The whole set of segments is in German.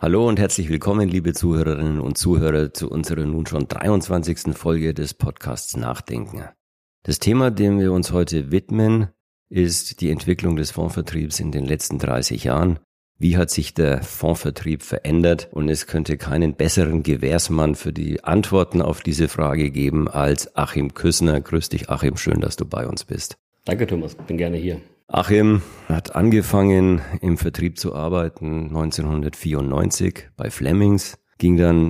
Hallo und herzlich willkommen, liebe Zuhörerinnen und Zuhörer, zu unserer nun schon 23. Folge des Podcasts Nachdenken. Das Thema, dem wir uns heute widmen, ist die Entwicklung des Fondsvertriebs in den letzten 30 Jahren. Wie hat sich der Fondsvertrieb verändert? Und es könnte keinen besseren Gewährsmann für die Antworten auf diese Frage geben als Achim Küssner. Grüß dich, Achim, schön, dass du bei uns bist. Danke, Thomas, bin gerne hier. Achim hat angefangen, im Vertrieb zu arbeiten 1994 bei Flemings, ging dann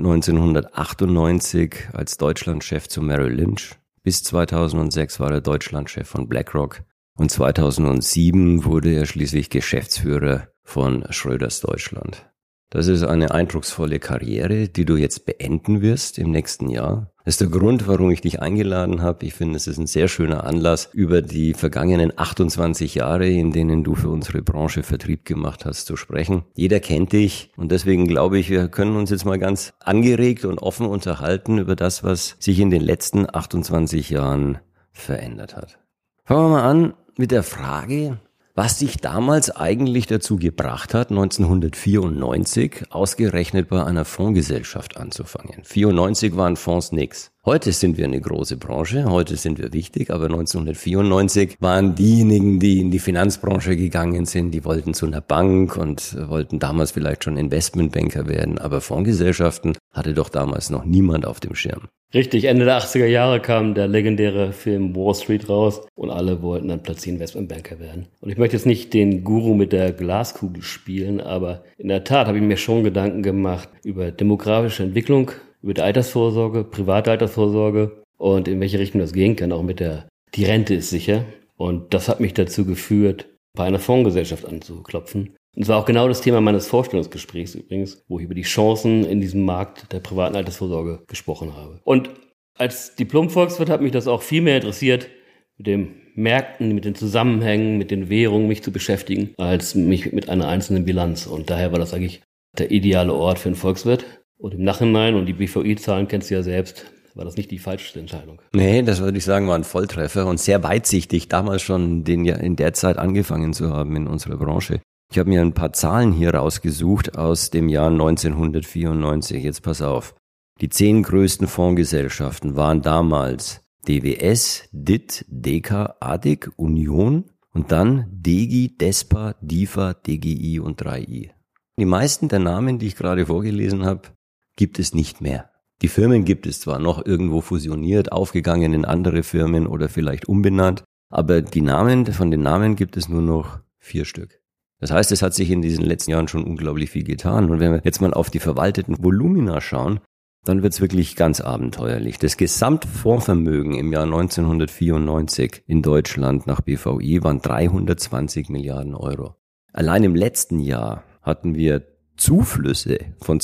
1998 als Deutschlandchef zu Merrill Lynch. Bis 2006 war er Deutschlandchef von BlackRock und 2007 wurde er schließlich Geschäftsführer von Schröders Deutschland. Das ist eine eindrucksvolle Karriere, die du jetzt beenden wirst im nächsten Jahr. Das ist der Grund, warum ich dich eingeladen habe. Ich finde, es ist ein sehr schöner Anlass, über die vergangenen 28 Jahre, in denen du für unsere Branche Vertrieb gemacht hast, zu sprechen. Jeder kennt dich und deswegen glaube ich, wir können uns jetzt mal ganz angeregt und offen unterhalten über das, was sich in den letzten 28 Jahren verändert hat. Fangen wir mal an mit der Frage, was dich damals eigentlich dazu gebracht hat, 1994 ausgerechnet bei einer Fondsgesellschaft anzufangen. 94 waren Fonds nix. Heute sind wir eine große Branche, heute sind wir wichtig, aber 1994 waren diejenigen, die in die Finanzbranche gegangen sind, die wollten zu einer Bank und wollten damals vielleicht schon Investmentbanker werden, aber Fondsgesellschaften hatte doch damals noch niemand auf dem Schirm. Richtig, Ende der 80er Jahre kam der legendäre Film Wall Street raus und alle wollten dann plötzlich Investmentbanker werden. Und ich möchte jetzt nicht den Guru mit der Glaskugel spielen, aber in der Tat habe ich mir schon Gedanken gemacht über demografische Entwicklung, über die Altersvorsorge, private Altersvorsorge und in welche Richtung das gehen kann, auch die Rente ist sicher. Und das hat mich dazu geführt, bei einer Fondsgesellschaft anzuklopfen. Und es war auch genau das Thema meines Vorstellungsgesprächs übrigens, wo ich über die Chancen in diesem Markt der privaten Altersvorsorge gesprochen habe. Und als Diplom-Volkswirt hat mich das auch viel mehr interessiert, mit den Märkten, mit den Zusammenhängen, mit den Währungen mich zu beschäftigen, als mich mit einer einzelnen Bilanz. Und daher war das eigentlich der ideale Ort für einen Volkswirt. Und im Nachhinein, und die BVI-Zahlen kennst du ja selbst, war das nicht die falscheste Entscheidung. Nee, das würde ich sagen, war ein Volltreffer und sehr weitsichtig, damals schon in der Zeit angefangen zu haben in unserer Branche. Ich habe mir ein paar Zahlen hier rausgesucht aus dem Jahr 1994. Jetzt pass auf. Die 10 größten Fondsgesellschaften waren damals DWS, DIT, DEKA, ADIC, Union und dann DEGI, DESPA, DIFA, DGI und 3i. Die meisten der Namen, die ich gerade vorgelesen habe, gibt es nicht mehr. Die Firmen gibt es zwar noch irgendwo fusioniert, aufgegangen in andere Firmen oder vielleicht umbenannt, aber von den Namen gibt es nur noch 4 Stück. Das heißt, es hat sich in diesen letzten Jahren schon unglaublich viel getan. Und wenn wir jetzt mal auf die verwalteten Volumina schauen, dann wird's wirklich ganz abenteuerlich. Das Gesamtfondsvermögen im Jahr 1994 in Deutschland nach BVI waren 320 Milliarden Euro. Allein im letzten Jahr hatten wir Zuflüsse von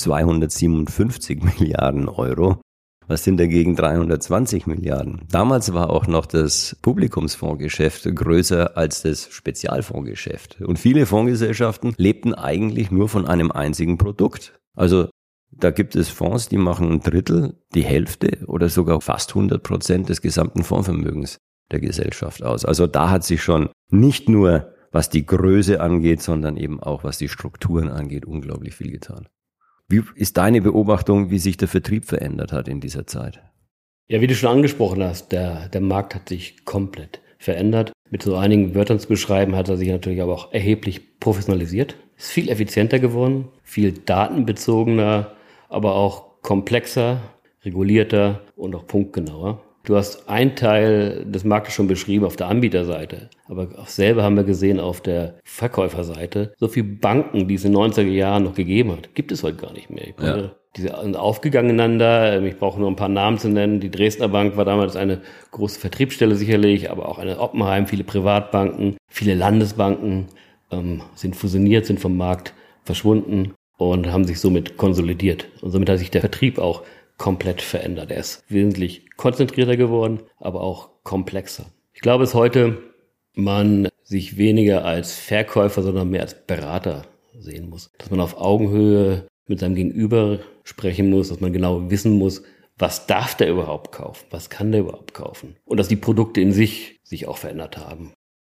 257 Milliarden Euro. Was sind dagegen 320 Milliarden? Damals war auch noch das Publikumsfondsgeschäft größer als das Spezialfondsgeschäft. Und viele Fondsgesellschaften lebten eigentlich nur von einem einzigen Produkt. Also da gibt es Fonds, die machen ein Drittel, die Hälfte oder sogar fast 100% des gesamten Fondsvermögens der Gesellschaft aus. Also da hat sich schon nicht nur, was die Größe angeht, sondern eben auch, was die Strukturen angeht, unglaublich viel getan. Wie ist deine Beobachtung, wie sich der Vertrieb verändert hat in dieser Zeit? Ja, wie du schon angesprochen hast, der Markt hat sich komplett verändert. Mit so einigen Wörtern zu beschreiben, hat er sich natürlich aber auch erheblich professionalisiert. Ist viel effizienter geworden, viel datenbezogener, aber auch komplexer, regulierter und auch punktgenauer. Du hast einen Teil des Marktes schon beschrieben auf der Anbieterseite, aber auch selber haben wir gesehen auf der Verkäuferseite, so viele Banken, die es in den 90er Jahren noch gegeben hat, gibt es heute gar nicht mehr. Die sind aufgegangen ineinander, ich brauche nur ein paar Namen zu nennen. Die Dresdner Bank war damals eine große Vertriebsstelle sicherlich, aber auch eine Oppenheim, viele Privatbanken, viele Landesbanken sind fusioniert, sind vom Markt verschwunden und haben sich somit konsolidiert. Und somit hat sich der Vertrieb auch komplett verändert. Er ist wesentlich konzentrierter geworden, aber auch komplexer. Ich glaube, dass heute man sich weniger als Verkäufer, sondern mehr als Berater sehen muss. Dass man auf Augenhöhe mit seinem Gegenüber sprechen muss, dass man genau wissen muss, was darf der überhaupt kaufen, was kann der überhaupt kaufen. Und dass die Produkte in sich auch verändert haben.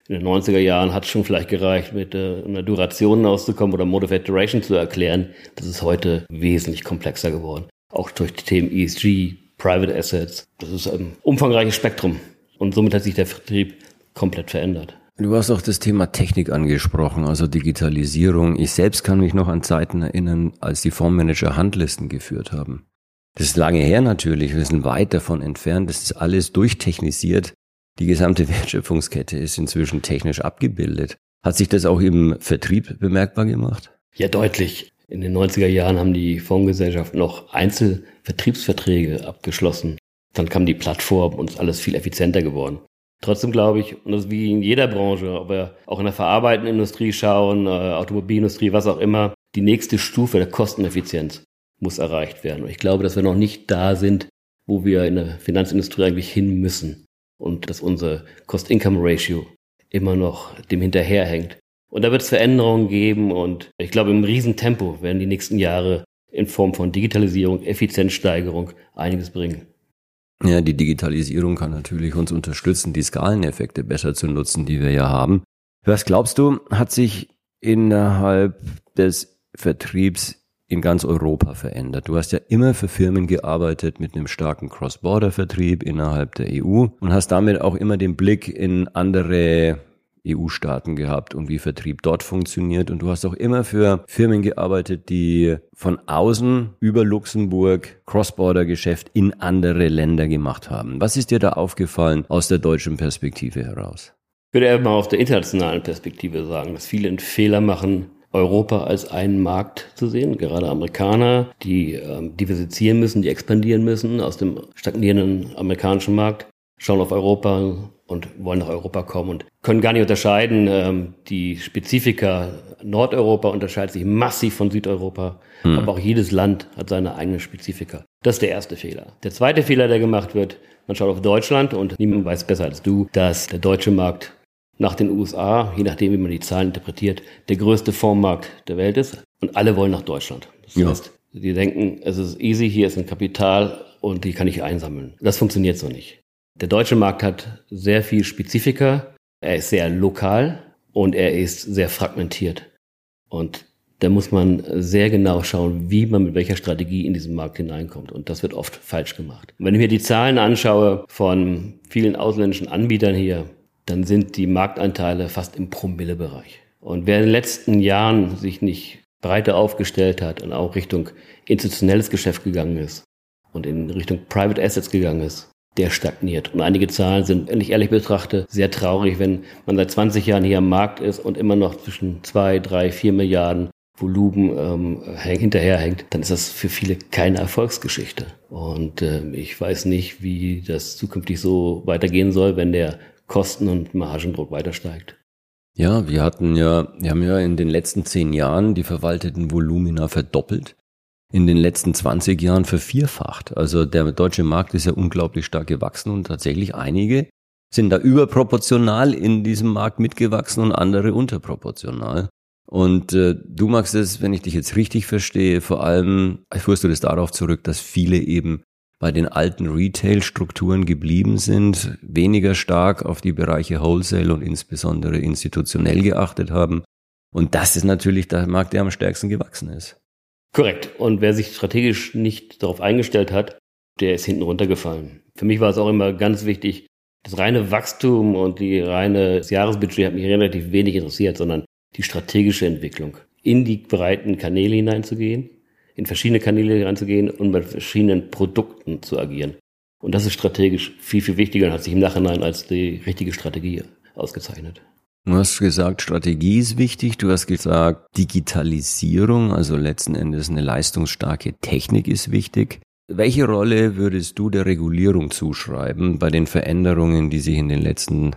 In den 90er Jahren hat es schon vielleicht gereicht, mit einer Duration auszukommen oder Mode of Duration zu erklären. Das ist heute wesentlich komplexer geworden. Auch durch die Themen ESG, Private Assets. Das ist ein umfangreiches Spektrum. Und somit hat sich der Vertrieb komplett verändert. Du hast auch das Thema Technik angesprochen, also Digitalisierung. Ich selbst kann mich noch an Zeiten erinnern, als die Fondsmanager Handlisten geführt haben. Das ist lange her natürlich, wir sind weit davon entfernt. Das ist alles durchtechnisiert. Die gesamte Wertschöpfungskette ist inzwischen technisch abgebildet. Hat sich das auch im Vertrieb bemerkbar gemacht? Ja, deutlich. In den 90er Jahren haben die Fondsgesellschaften noch Einzelvertriebsverträge abgeschlossen. Dann kam die Plattform und ist alles viel effizienter geworden. Trotzdem glaube ich, und das ist wie in jeder Branche, ob wir auch in der verarbeitenden Industrie schauen, Automobilindustrie, was auch immer, die nächste Stufe der Kosteneffizienz muss erreicht werden. Und ich glaube, dass wir noch nicht da sind, wo wir in der Finanzindustrie eigentlich hin müssen. Und dass unser Cost-Income-Ratio immer noch dem hinterherhängt. Und da wird es Veränderungen geben und ich glaube, im Riesentempo werden die nächsten Jahre in Form von Digitalisierung, Effizienzsteigerung einiges bringen. Ja, die Digitalisierung kann natürlich uns unterstützen, die Skaleneffekte besser zu nutzen, die wir ja haben. Was glaubst du, hat sich innerhalb des Vertriebs in ganz Europa verändert? Du hast ja immer für Firmen gearbeitet mit einem starken Cross-Border-Vertrieb innerhalb der EU und hast damit auch immer den Blick in andere EU-Staaten gehabt und wie Vertrieb dort funktioniert. Und du hast auch immer für Firmen gearbeitet, die von außen über Luxemburg Cross-Border-Geschäft in andere Länder gemacht haben. Was ist dir da aufgefallen aus der deutschen Perspektive heraus? Ich würde eher mal aus der internationalen Perspektive sagen, dass viele einen Fehler machen, Europa als einen Markt zu sehen, gerade Amerikaner, die diversifizieren müssen, die expandieren müssen aus dem stagnierenden amerikanischen Markt, schauen auf Europa und wollen nach Europa kommen und können gar nicht unterscheiden. Die Spezifika Nordeuropa unterscheidet sich massiv von Südeuropa, aber auch jedes Land hat seine eigenen Spezifika. Das ist der erste Fehler. Der zweite Fehler, der gemacht wird, man schaut auf Deutschland und niemand weiß besser als du, dass der deutsche Markt nach den USA, je nachdem, wie man die Zahlen interpretiert, der größte Fondsmarkt der Welt ist. Und alle wollen nach Deutschland. Das heißt, die denken, es ist easy, hier ist ein Kapital und die kann ich einsammeln. Das funktioniert so nicht. Der deutsche Markt hat sehr viel Spezifika. Er ist sehr lokal und er ist sehr fragmentiert. Und da muss man sehr genau schauen, wie man mit welcher Strategie in diesen Markt hineinkommt. Und das wird oft falsch gemacht. Und wenn ich mir die Zahlen anschaue von vielen ausländischen Anbietern hier, dann sind die Marktanteile fast im Promillebereich. Und wer in den letzten Jahren sich nicht breiter aufgestellt hat und auch Richtung institutionelles Geschäft gegangen ist und in Richtung Private Assets gegangen ist, der stagniert. Und einige Zahlen sind, wenn ich ehrlich betrachte, sehr traurig, wenn man seit 20 Jahren hier am Markt ist und immer noch zwischen 2, 3, 4 Milliarden Volumen hinterherhängt, dann ist das für viele keine Erfolgsgeschichte. Und ich weiß nicht, wie das zukünftig so weitergehen soll, wenn der Kosten- und Margendruck weiter steigt. Ja, wir haben ja in den letzten 10 Jahren die verwalteten Volumina verdoppelt. In den letzten 20 Jahren vervierfacht. Also der deutsche Markt ist ja unglaublich stark gewachsen und tatsächlich einige sind da überproportional in diesem Markt mitgewachsen und andere unterproportional. Und du magst es, wenn ich dich jetzt richtig verstehe, vor allem führst du das darauf zurück, dass viele eben bei den alten Retail-Strukturen geblieben sind, weniger stark auf die Bereiche Wholesale und insbesondere institutionell geachtet haben. Und das ist natürlich der Markt, der am stärksten gewachsen ist. Korrekt. Und wer sich strategisch nicht darauf eingestellt hat, der ist hinten runtergefallen. Für mich war es auch immer ganz wichtig, das reine Wachstum und das Jahresbudget hat mich relativ wenig interessiert, sondern die strategische Entwicklung. In die breiten Kanäle hineinzugehen, in verschiedene Kanäle hineinzugehen und mit verschiedenen Produkten zu agieren. Und das ist strategisch viel, viel wichtiger und hat sich im Nachhinein als die richtige Strategie ausgezeichnet. Du hast gesagt, Strategie ist wichtig. Du hast gesagt, Digitalisierung, also letzten Endes eine leistungsstarke Technik ist wichtig. Welche Rolle würdest du der Regulierung zuschreiben bei den Veränderungen, die sich in den letzten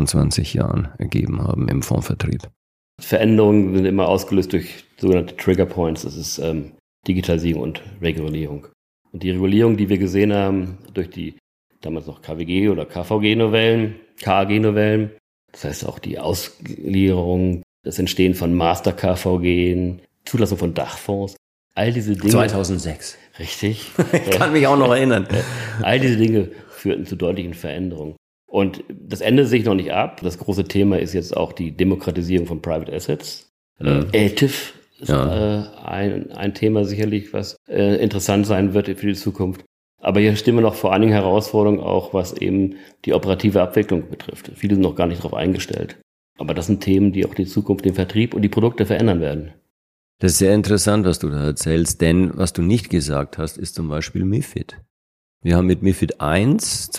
28 Jahren ergeben haben im Fondsvertrieb? Veränderungen sind immer ausgelöst durch sogenannte Trigger Points. Das ist Digitalisierung und Regulierung. Und die Regulierung, die wir gesehen haben durch die damals noch KWG oder KVG-Novellen, KAG-Novellen, das heißt auch die Auslieferung, das Entstehen von Master-KVG, Zulassung von Dachfonds, all diese Dinge. 2006. Richtig. Ich kann mich auch noch erinnern. All diese Dinge führten zu deutlichen Veränderungen. Und das Ende sehe ich noch nicht ab. Das große Thema ist jetzt auch die Demokratisierung von Private Assets. LTIF ist ein Thema sicherlich, was interessant sein wird für die Zukunft. Aber hier stehen wir noch vor einigen Herausforderungen auch, was eben die operative Abwicklung betrifft. Viele sind noch gar nicht darauf eingestellt. Aber das sind Themen, die auch die Zukunft, den Vertrieb und die Produkte verändern werden. Das ist sehr interessant, was du da erzählst, denn was du nicht gesagt hast, ist zum Beispiel MiFID. Wir haben mit MiFID 1,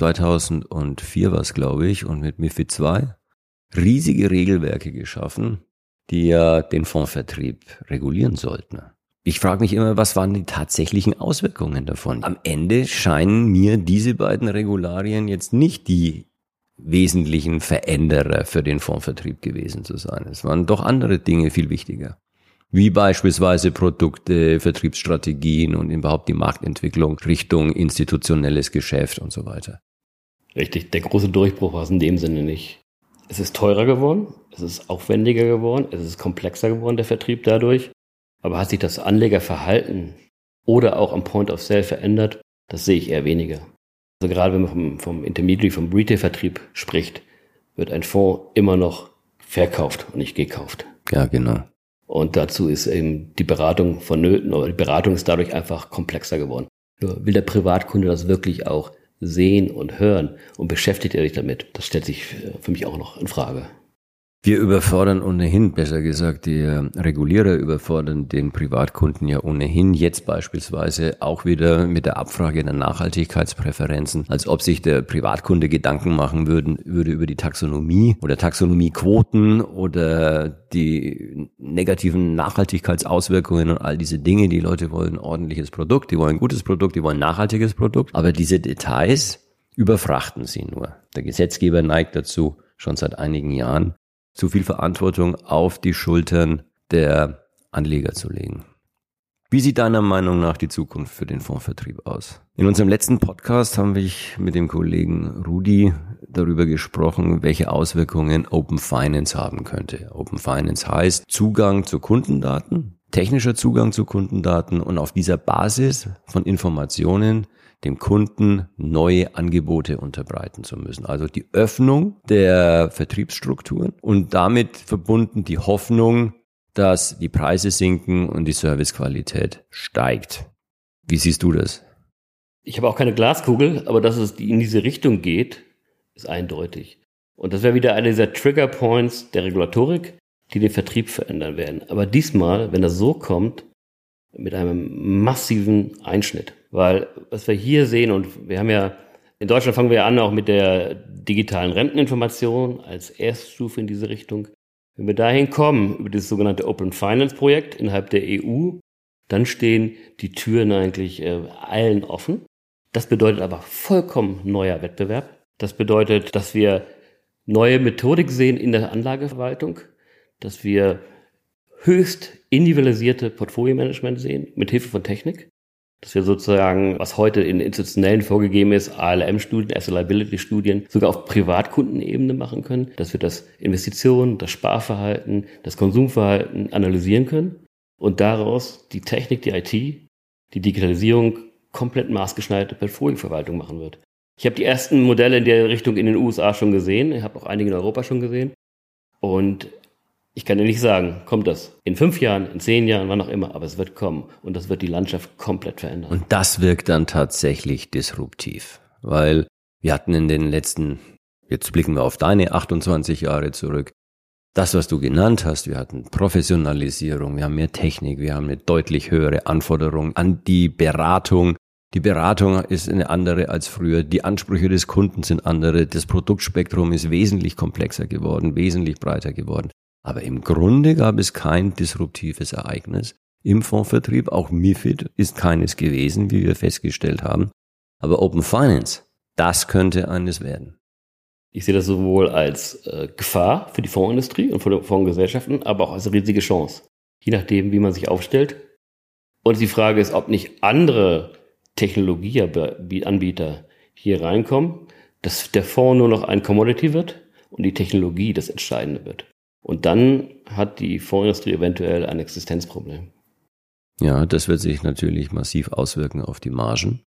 2004 war es, glaube ich, und mit MiFID 2 riesige Regelwerke geschaffen, die ja den Fondsvertrieb regulieren sollten. Ich frage mich immer, was waren die tatsächlichen Auswirkungen davon? Am Ende scheinen mir diese beiden Regularien jetzt nicht die wesentlichen Veränderer für den Fondsvertrieb gewesen zu sein. Es waren doch andere Dinge viel wichtiger. Wie beispielsweise Produkte, Vertriebsstrategien und überhaupt die Marktentwicklung Richtung institutionelles Geschäft und so weiter. Richtig, der große Durchbruch war es in dem Sinne nicht. Es ist teurer geworden, es ist aufwendiger geworden, es ist komplexer geworden, der Vertrieb dadurch. Aber hat sich das Anlegerverhalten oder auch am Point of Sale verändert? Das sehe ich eher weniger. Also gerade wenn man vom Intermediary, vom Retail-Vertrieb spricht, wird ein Fonds immer noch verkauft und nicht gekauft. Ja, genau. Und dazu ist eben die Beratung vonnöten, oder die Beratung ist dadurch einfach komplexer geworden. Nur will der Privatkunde das wirklich auch sehen und hören und beschäftigt er sich damit? Das stellt sich für mich auch noch in Frage. Wir überfordern ohnehin, besser gesagt, die Regulierer überfordern den Privatkunden ja ohnehin jetzt beispielsweise auch wieder mit der Abfrage der Nachhaltigkeitspräferenzen, als ob sich der Privatkunde Gedanken machen würde über die Taxonomie oder Taxonomiequoten oder die negativen Nachhaltigkeitsauswirkungen und all diese Dinge. Die Leute wollen ein ordentliches Produkt, die wollen ein gutes Produkt, die wollen ein nachhaltiges Produkt, aber diese Details überfrachten sie nur. Der Gesetzgeber neigt dazu, schon seit einigen Jahren, zu viel Verantwortung auf die Schultern der Anleger zu legen. Wie sieht deiner Meinung nach die Zukunft für den Fondsvertrieb aus? In unserem letzten Podcast haben wir mit dem Kollegen Rudi darüber gesprochen, welche Auswirkungen Open Finance haben könnte. Open Finance heißt Zugang zu Kundendaten, technischer Zugang zu Kundendaten und auf dieser Basis von Informationen dem Kunden neue Angebote unterbreiten zu müssen. Also die Öffnung der Vertriebsstrukturen und damit verbunden die Hoffnung, dass die Preise sinken und die Servicequalität steigt. Wie siehst du das? Ich habe auch keine Glaskugel, aber dass es in diese Richtung geht, ist eindeutig. Und das wäre wieder einer dieser Triggerpoints der Regulatorik, die den Vertrieb verändern werden. Aber diesmal, wenn das so kommt, mit einem massiven Einschnitt. Weil was wir hier sehen, und wir haben ja, in Deutschland fangen wir an auch mit der digitalen Renteninformation als Erststufe in diese Richtung. Wenn wir dahin kommen, über das sogenannte Open Finance Projekt innerhalb der EU, dann stehen die Türen eigentlich allen offen. Das bedeutet aber vollkommen neuer Wettbewerb. Das bedeutet, dass wir neue Methodik sehen in der Anlageverwaltung, dass wir höchst individualisierte Portfolio-Management sehen, mit Hilfe von Technik. Dass wir sozusagen, was heute in institutionellen vorgegeben ist, ALM-Studien, Asset-Liability-Studien, sogar auf Privatkundenebene machen können. Dass wir das Investitionen, das Sparverhalten, das Konsumverhalten analysieren können und daraus die Technik, die IT, die Digitalisierung komplett maßgeschneiderte Portfolioverwaltung machen wird. Ich habe die ersten Modelle in der Richtung in den USA schon gesehen. Ich habe auch einige in Europa schon gesehen. Und ich kann dir nicht sagen, kommt das in 5 Jahren, in 10 Jahren, wann auch immer, aber es wird kommen und das wird die Landschaft komplett verändern. Und das wirkt dann tatsächlich disruptiv, weil wir hatten in den letzten, jetzt blicken wir auf deine 28 Jahre zurück, das, was du genannt hast, wir hatten Professionalisierung, wir haben mehr Technik, wir haben eine deutlich höhere Anforderung an die Beratung. Die Beratung ist eine andere als früher, die Ansprüche des Kunden sind andere, das Produktspektrum ist wesentlich komplexer geworden, wesentlich breiter geworden. Aber im Grunde gab es kein disruptives Ereignis im Fondsvertrieb. Auch MiFID ist keines gewesen, wie wir festgestellt haben. Aber Open Finance, das könnte eines werden. Ich sehe das sowohl als Gefahr für die Fondsindustrie und für die Fondsgesellschaften, aber auch als riesige Chance. Je nachdem, wie man sich aufstellt. Und die Frage ist, ob nicht andere Technologieanbieter hier reinkommen, dass der Fonds nur noch ein Commodity wird und die Technologie das Entscheidende wird. Und dann hat die Fondsindustrie eventuell ein Existenzproblem. Ja, das wird sich natürlich massiv auswirken auf die Margen.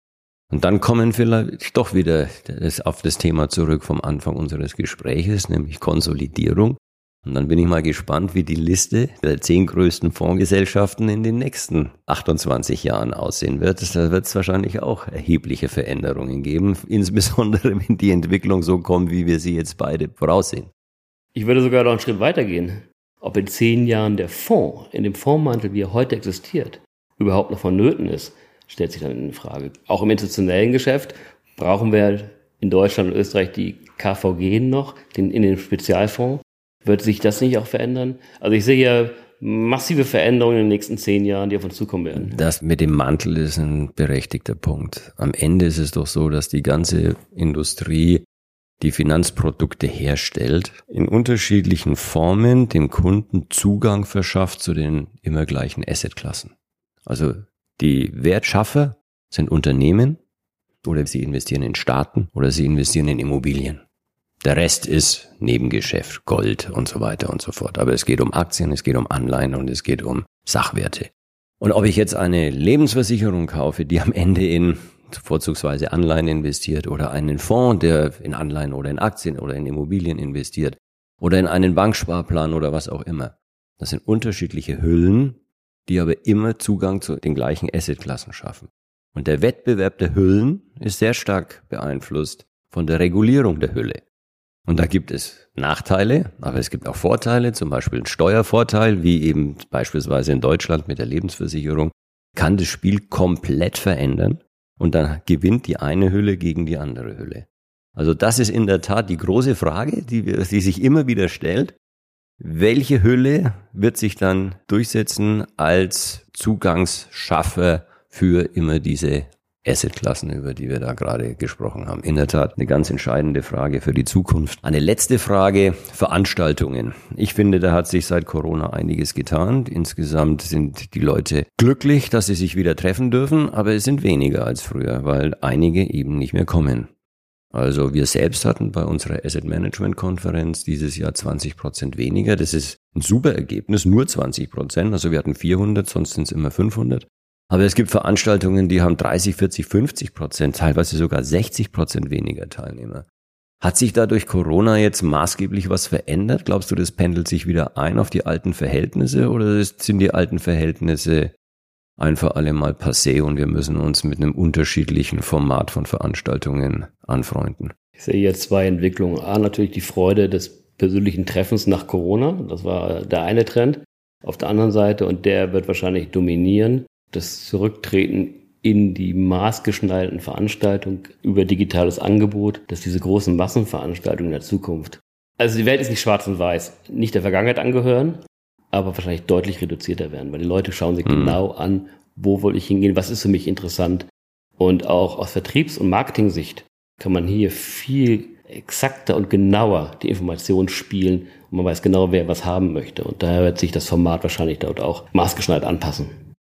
Und dann kommen vielleicht doch wieder auf das Thema zurück vom Anfang unseres Gespräches, nämlich Konsolidierung. Und dann bin ich mal gespannt, wie die Liste der 10 größten Fondsgesellschaften in den nächsten 28 Jahren aussehen wird. Da wird es wahrscheinlich auch erhebliche Veränderungen geben, insbesondere wenn die Entwicklung so kommt, wie wir sie jetzt beide voraussehen. Ich würde sogar noch einen Schritt weiter gehen. Ob in 10 Jahren der Fonds, in dem Fondsmantel, wie er heute existiert, überhaupt noch vonnöten ist, stellt sich dann in Frage. Auch im institutionellen Geschäft brauchen wir in Deutschland und Österreich die KVG noch, in den Spezialfonds. Wird sich das nicht auch verändern? Also ich sehe ja massive Veränderungen in den nächsten 10 Jahren, die auf uns zukommen werden. Das mit dem Mantel ist ein berechtigter Punkt. Am Ende ist es doch so, dass die ganze Industrie die Finanzprodukte herstellt, in unterschiedlichen Formen dem Kunden Zugang verschafft zu den immer gleichen Assetklassen. Also die Wertschaffer sind Unternehmen oder sie investieren in Staaten oder sie investieren in Immobilien. Der Rest ist Nebengeschäft, Gold und so weiter und so fort. Aber es geht um Aktien, es geht um Anleihen und es geht um Sachwerte. Und ob ich jetzt eine Lebensversicherung kaufe, die am Ende in vorzugsweise Anleihen investiert oder einen Fonds, der in Anleihen oder in Aktien oder in Immobilien investiert oder in einen Banksparplan oder was auch immer. Das sind unterschiedliche Hüllen, die aber immer Zugang zu den gleichen Assetklassen schaffen. Und der Wettbewerb der Hüllen ist sehr stark beeinflusst von der Regulierung der Hülle. Und da gibt es Nachteile, aber es gibt auch Vorteile, zum Beispiel ein Steuervorteil, wie eben beispielsweise in Deutschland mit der Lebensversicherung, kann das Spiel komplett verändern und dann gewinnt die eine Hülle gegen die andere Hülle. Also das ist in der Tat die große Frage, die sich immer wieder stellt. Welche Hülle wird sich dann durchsetzen als Zugangsschaffer für immer diese Assetklassen, über die wir da gerade gesprochen haben? In der Tat eine ganz entscheidende Frage für die Zukunft. Eine letzte Frage, Veranstaltungen. Ich finde, da hat sich seit Corona einiges getan. Insgesamt sind die Leute glücklich, dass sie sich wieder treffen dürfen, aber es sind weniger als früher, weil einige eben nicht mehr kommen. Also wir selbst hatten bei unserer Asset Management Konferenz dieses Jahr 20% weniger. Das ist ein super Ergebnis, nur 20%. Also wir hatten 400, sonst sind es immer 500. Aber es gibt Veranstaltungen, die haben 30, 40, 50%, teilweise sogar 60% weniger Teilnehmer. Hat sich da durch Corona jetzt maßgeblich was verändert? Glaubst du, das pendelt sich wieder ein auf die alten Verhältnisse oder sind die alten Verhältnisse ein für alle Mal passé und wir müssen uns mit einem unterschiedlichen Format von Veranstaltungen anfreunden? Ich sehe jetzt 2 Entwicklungen. A, natürlich die Freude des persönlichen Treffens nach Corona. Das war der eine Trend. Auf der anderen Seite, und der wird wahrscheinlich dominieren, das Zurücktreten in die maßgeschneiderten Veranstaltungen über digitales Angebot, dass diese großen Massenveranstaltungen in der Zukunft, also die Welt ist nicht schwarz und weiß, nicht der Vergangenheit angehören, aber wahrscheinlich deutlich reduzierter werden, weil die Leute schauen sich genau an, wo will ich hingehen, was ist für mich interessant. Und auch aus Vertriebs- und Marketing-Sicht kann man hier viel exakter und genauer die Informationen spielen und man weiß genau, wer was haben möchte. Und daher wird sich das Format wahrscheinlich dort auch maßgeschneidert anpassen.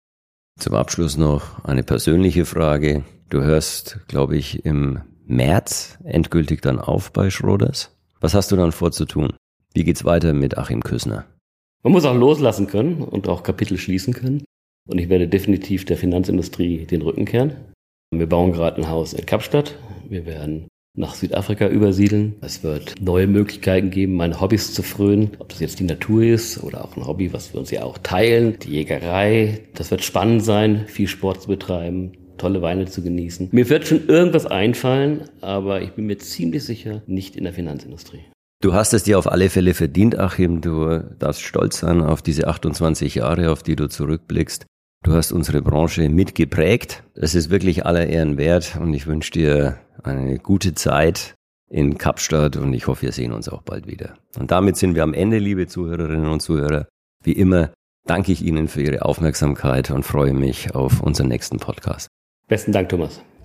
Zum Abschluss noch eine persönliche Frage. Du hörst, glaube ich, im März endgültig dann auf bei Schroders. Was hast du dann vor zu tun? Wie geht's weiter mit Achim Küssner? Man muss auch loslassen können und auch Kapitel schließen können. Und ich werde definitiv der Finanzindustrie den Rücken kehren. Wir bauen gerade ein Haus in Kapstadt. Wir werden nach Südafrika übersiedeln. Es wird neue Möglichkeiten geben, meine Hobbys zu frönen. Ob das jetzt die Natur ist oder auch ein Hobby, was wir uns ja auch teilen. Die Jägerei. Das wird spannend sein, viel Sport zu betreiben, tolle Weine zu genießen. Mir wird schon irgendwas einfallen, aber ich bin mir ziemlich sicher, nicht in der Finanzindustrie. Du hast es dir auf alle Fälle verdient, Achim. Du darfst stolz sein auf diese 28 Jahre, auf die du zurückblickst. Du hast unsere Branche mitgeprägt. Es ist wirklich aller Ehren wert und ich wünsche dir eine gute Zeit in Kapstadt und ich hoffe, wir sehen uns auch bald wieder. Und damit sind wir am Ende, liebe Zuhörerinnen und Zuhörer. Wie immer danke ich Ihnen für Ihre Aufmerksamkeit und freue mich auf unseren nächsten Podcast. Besten Dank, Thomas.